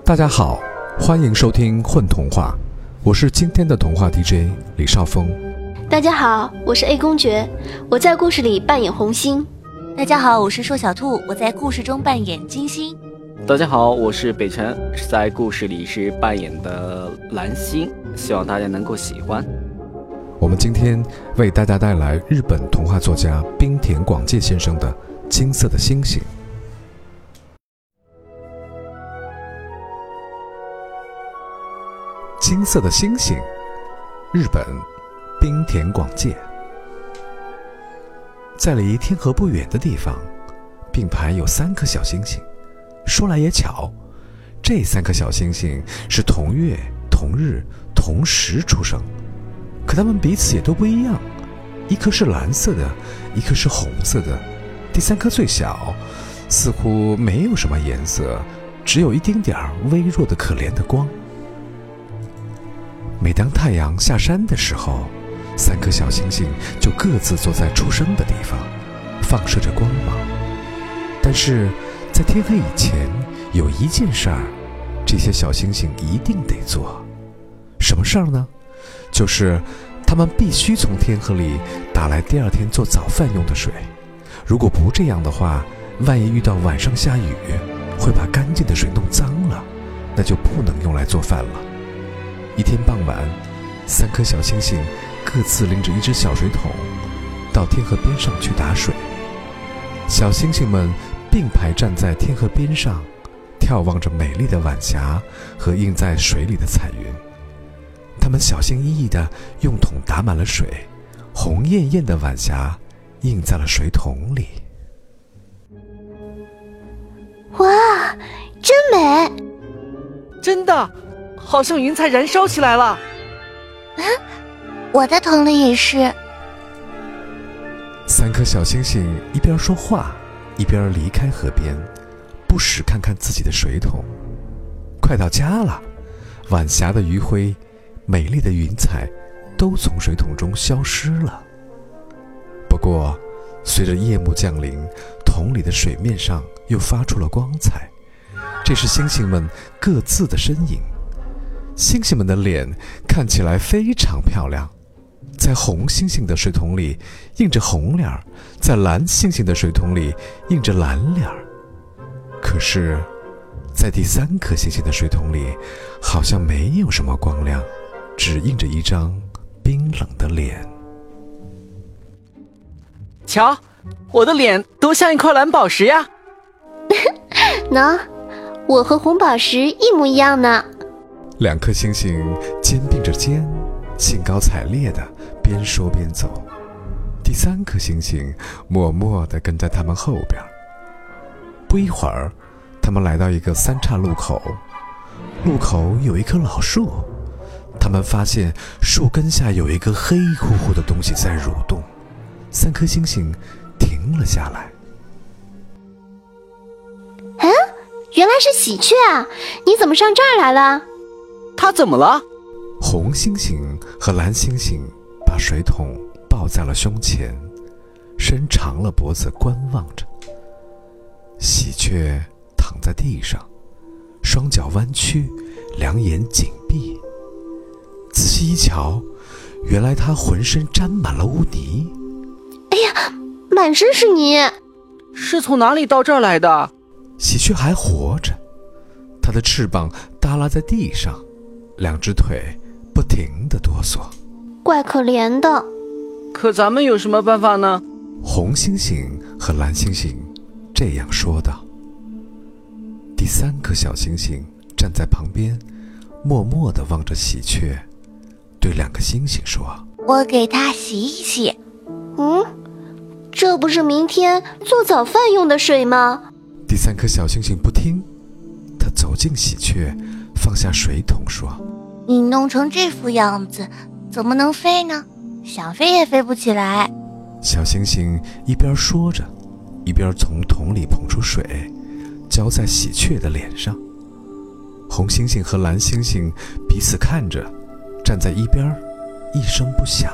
大家好，欢迎收听混童话，我是今天的童话 DJ 李少峰。 大家好，我是 A 公爵，我在故事里扮演红星。 大家好，我是瘦小兔，我在故事中扮演金星。 大家好，我是北辰，在故事里是扮演的蓝星，希望大家能够喜欢。 我们今天为大家带来日本童话作家滨田广介先生的《金色的星星》。金色的星星，日本，滨田广介。在离天河不远的地方，并排有3颗小星星。说来也巧，这3颗小星星是同月、同日、同时出生，可它们彼此也都不一样。一颗是蓝色的，一颗是红色的，第3颗最小，似乎没有什么颜色，只有一丁点儿微弱的可怜的光。每当太阳下山的时候，3颗小星星就各自坐在出生的地方，放射着光芒。但是在天黑以前，有一件事儿，这些小星星一定得做。什么事儿呢？就是他们必须从天河里打来第2天做早饭用的水。如果不这样的话，万一遇到晚上下雨，会把干净的水弄脏了，那就不能用来做饭了。一天傍晚，3颗小星星各自拎着一只小水桶，到天河边上去打水。小星星们并排站在天河边上，眺望着美丽的晚霞和映在水里的彩云。他们小心翼翼地用桶打满了水，红艳艳的晚霞映在了水桶里。 哇，真美！ 真的，好像云彩燃烧起来了。 我的桶里也是。 3颗小星星一边说话，一边离开河边，不时看看自己的水桶。快到家了，晚霞的余晖，美丽的云彩都从水桶中消失了。不过随着夜幕降临，桶里的水面上又发出了光彩，这是星星们各自的身影。星星们的脸看起来非常漂亮，在红星星的水桶里映着红脸儿，在蓝星星的水桶里映着蓝脸儿。可是在第3颗星星的水桶里，好像没有什么光亮，只映着一张冰冷的脸。 瞧，我的脸多像一块蓝宝石呀！ 喏，我和红宝石一模一样呢。 2颗星星肩并着肩，兴高采烈地边说边走。第3颗星星默默地跟在他们后边。不一会儿，他们来到一个3岔路口，路口有一棵老树，他们发现树根下有一个黑乎乎的东西在蠕动。3颗星星停了下来。 原来是喜鹊啊！你怎么上这儿来了？ 它怎么了？ 红星星和蓝星星把水桶抱在了胸前，伸长了脖子观望着。喜鹊躺在地上，双脚弯曲，两眼紧闭。仔细一瞧，原来它浑身沾满了污泥。 哎呀，满身是泥！ 是从哪里到这儿来的？ 喜鹊还活着，它的翅膀耷拉在地上，2只腿不停地哆嗦。 怪可怜的。 可咱们有什么办法呢？ 红星星和蓝星星这样说道。第3颗小星星站在旁边，默默地望着喜鹊，对2个星星说： 我给它洗一洗。 这不是明天做早饭用的水吗？ 第3颗小星星不听，他走近喜鹊，放下水桶说： 你弄成这副样子，怎么能飞呢？想飞也飞不起来。 小星星一边说着，一边从桶里捧出水，浇在喜鹊的脸上。红星星和蓝星星彼此看着，站在一边，一声不响。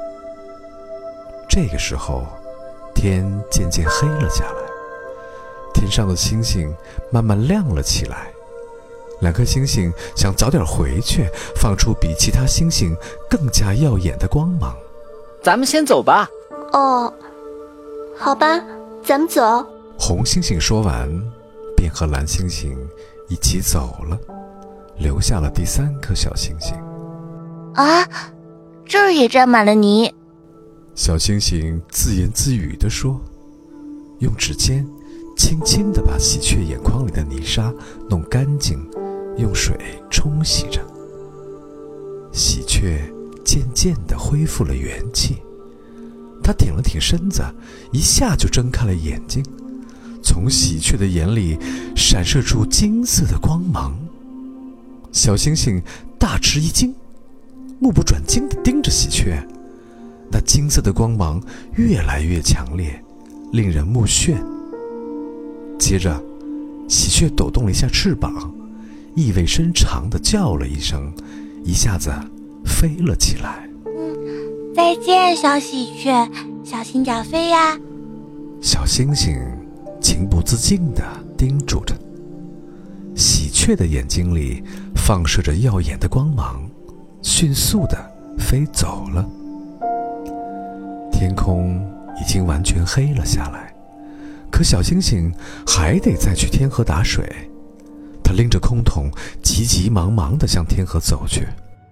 这个时候，天渐渐黑了下来，天上的星星慢慢亮了起来。 2颗星星想早点回去，放出比其他星星更加耀眼的光芒。 咱们先走吧。 哦，好吧，咱们走。 红星星说完，便和蓝星星一起走了，留下了第3颗小星星。 啊，这儿也沾满了泥。 小星星自言自语地说，用指尖轻轻地把喜鹊眼眶里的泥沙弄干净，用水冲洗着。喜鹊渐渐地恢复了元气，它挺了挺身子，一下就睁开了眼睛，从喜鹊的眼里闪射出金色的光芒。小星星大吃一惊，目不转睛地盯着喜鹊，那金色的光芒越来越强烈，令人目眩。接着，喜鹊抖动了一下翅膀，意味深长地叫了一声，一下子飞了起来。 再见，小喜鹊，小心点飞呀！ 小星星情不自禁地叮嘱着。喜鹊的眼睛里放射着耀眼的光芒，迅速地飞走了。天空已经完全黑了下来，可小星星还得再去天河打水。他拎着空桶，急急忙忙地向天河走去。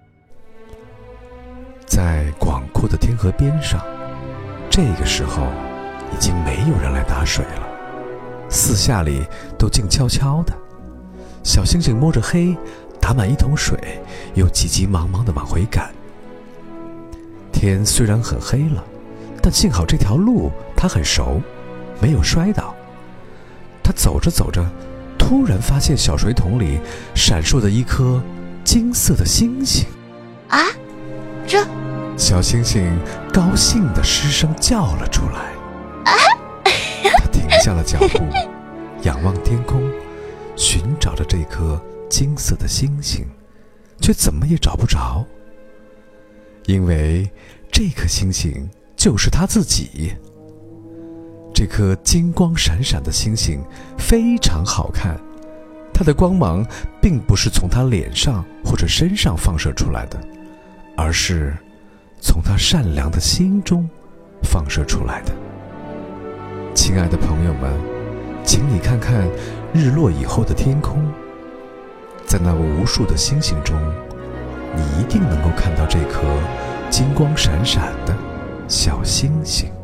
在广阔的天河边上，这个时候已经没有人来打水了，四下里都静悄悄的。小星星摸着黑，打满1桶水，又急急忙忙地往回赶。天虽然很黑了，但幸好这条路他很熟，没有摔倒。他走着走着，突然发现小水桶里闪烁着一颗金色的星星。 啊，这…… 小星星高兴地失声叫了出来。他停下了脚步，仰望天空，寻找着这颗金色的星星，却怎么也找不着。因为这颗星星就是他自己。这颗金光闪闪的星星非常好看，它的光芒并不是从他脸上或者身上放射出来的，而是从他善良的心中放射出来的。亲爱的朋友们，请你看看日落以后的天空，在那无数的星星中，你一定能够看到这颗金光闪闪的小星星。